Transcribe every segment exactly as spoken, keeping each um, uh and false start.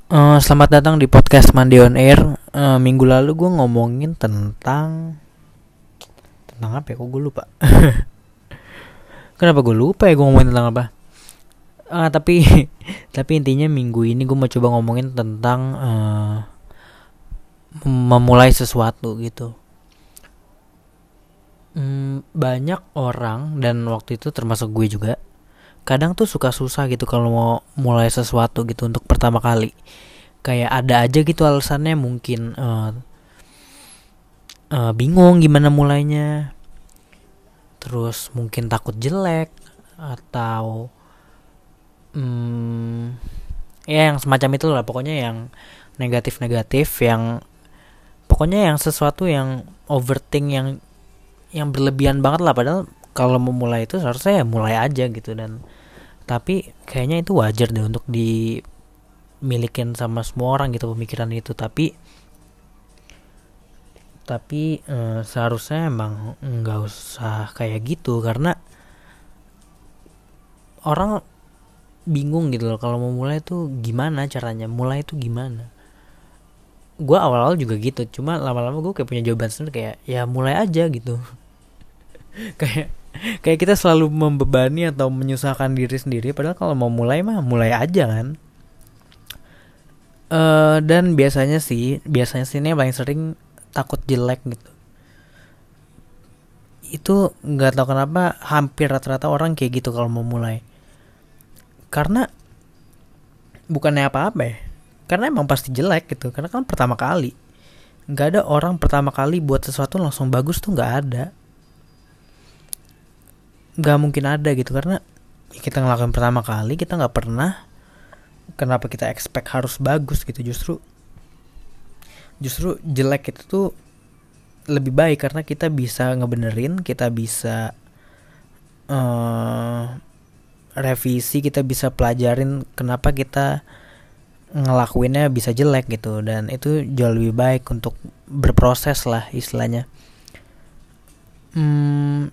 Eh, selamat datang di podcast Mandi on Air. Eh, minggu lalu gue ngomongin tentang tentang apa ya? Kok gue lupa. Kenapa gue lupa ya gue ngomongin tentang apa? Ah, tapi tapi intinya minggu ini gue mau coba ngomongin tentang eh, memulai sesuatu gitu. Hmm, banyak orang dan waktu itu termasuk gue juga. Kadang tuh suka susah gitu kalau mau mulai sesuatu gitu untuk pertama kali. Kayak ada aja gitu alasannya, mungkin eh, eh, bingung gimana mulainya, terus mungkin takut jelek atau hmm, ya yang semacam itu lah, pokoknya yang negatif-negatif, yang pokoknya yang sesuatu yang overthink, yang yang berlebihan banget lah. Padahal kalau mau mulai itu seharusnya ya mulai aja gitu. Dan tapi kayaknya itu wajar deh untuk dimilikin sama semua orang gitu, pemikiran itu. Tapi tapi eh, seharusnya emang nggak usah kayak gitu, karena orang bingung gitu loh kalau mau mulai tuh gimana caranya, mulai tuh gimana. Gue awal-awal juga gitu, cuma lama-lama gue kayak punya jawaban sendiri, kayak ya mulai aja gitu. kayak kayak kita selalu membebani atau menyusahkan diri sendiri, padahal kalau mau mulai mah mulai aja kan. Eh dan biasanya sih biasanya sih ini yang paling sering takut jelek gitu. Itu nggak tahu kenapa hampir rata-rata orang kayak gitu kalau mau mulai, karena bukannya apa-apa ya, karena emang pasti jelek gitu, karena kan pertama kali. Nggak ada orang pertama kali buat sesuatu langsung bagus tuh, nggak ada, nggak mungkin ada gitu. Karena ya kita ngelakuin pertama kali, kita nggak pernah, kenapa kita expect harus bagus gitu. Justru justru jelek itu tuh lebih baik, karena kita bisa ngebenerin, kita bisa uh, revisi, kita bisa pelajarin kenapa kita ngelakuinnya bisa jelek gitu. Dan itu jauh lebih baik untuk berproses lah istilahnya. Hmm,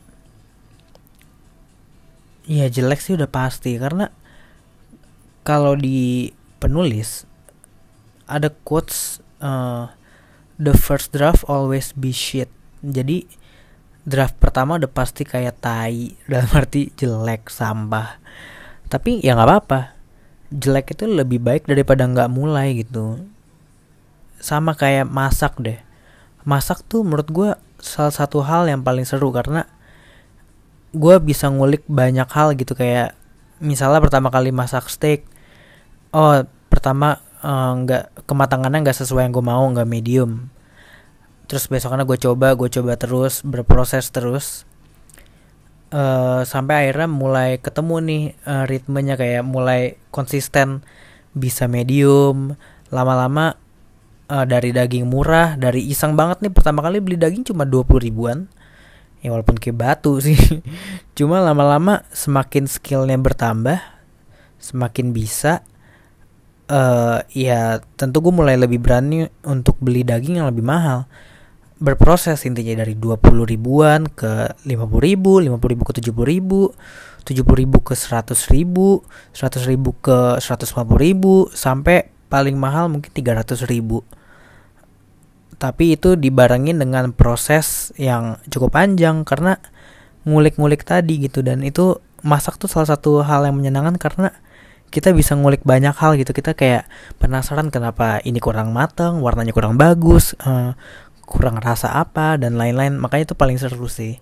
ya jelek sih udah pasti, karena kalau di penulis ada quotes, uh, the first draft always be shit. Jadi draft pertama udah pasti kayak tai, dalam arti jelek, sampah. Tapi ya nggak apa-apa, jelek itu lebih baik daripada nggak mulai gitu. Sama kayak masak deh. Masak tuh menurut gue salah satu hal yang paling seru, karena gue bisa ngulik banyak hal gitu. Kayak misalnya pertama kali masak steak, oh pertama eh, nggak uh, kematangannya nggak sesuai yang gue mau, nggak medium. Terus besokannya gue coba, gue coba terus, berproses terus, uh, sampai akhirnya mulai ketemu nih uh, ritmenya, kayak mulai konsisten, bisa medium. Lama-lama uh, dari daging murah, dari iseng banget nih pertama kali beli daging cuma dua puluh ribuan, ya walaupun kayak batu sih. Cuma lama-lama semakin skillnya bertambah, semakin bisa, uh, ya tentu gue mulai lebih berani untuk beli daging yang lebih mahal. Berproses intinya, dari dua puluh ribuan ke lima puluh ribu, lima puluh ribu ke tujuh puluh ribu, tujuh puluh ribu ke seratus ribu, seratus ribu ke seratus lima puluh ribu, sampai paling mahal mungkin tiga ratus ribu. Tapi itu dibarengin dengan proses yang cukup panjang, karena ngulik-ngulik tadi gitu. Dan itu masak tuh salah satu hal yang menyenangkan, karena kita bisa ngulik banyak hal gitu. Kita kayak penasaran kenapa ini kurang matang, warnanya kurang bagus, uh, kurang rasa apa, dan lain-lain. Makanya itu paling seru sih.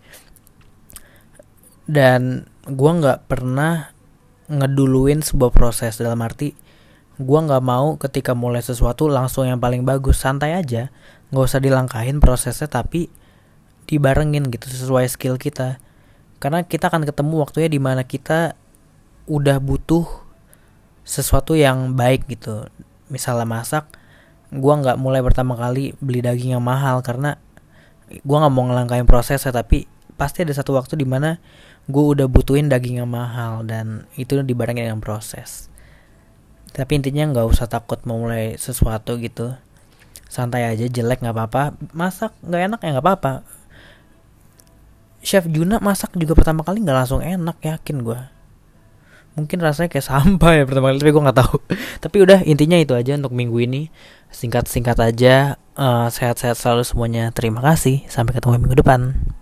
Dan gue nggak pernah ngeduluin sebuah proses, dalam arti gue nggak mau ketika mulai sesuatu langsung yang paling bagus. Santai aja, nggak usah dilangkahin prosesnya, tapi dibarengin gitu sesuai skill kita. Karena kita akan ketemu waktunya dimana kita udah butuh sesuatu yang baik gitu. Misalnya masak, gue nggak mulai pertama kali beli daging yang mahal, karena gue nggak mau ngelangkain prosesnya. Tapi pasti ada satu waktu dimana gue udah butuhin daging yang mahal, dan itu dibarengin dengan proses. Tapi intinya nggak usah takut memulai sesuatu gitu. Santai aja, jelek nggak apa-apa, masak nggak enak ya nggak apa-apa. Chef Juna masak juga pertama kali nggak langsung enak, yakin gue. mungkin rasanya kayak sampah ya pertama kali, tapi gue nggak tahu. Tapi udah, intinya itu aja untuk minggu ini, singkat-singkat aja. Uh, sehat-sehat selalu semuanya, terima kasih, sampai ketemu minggu depan.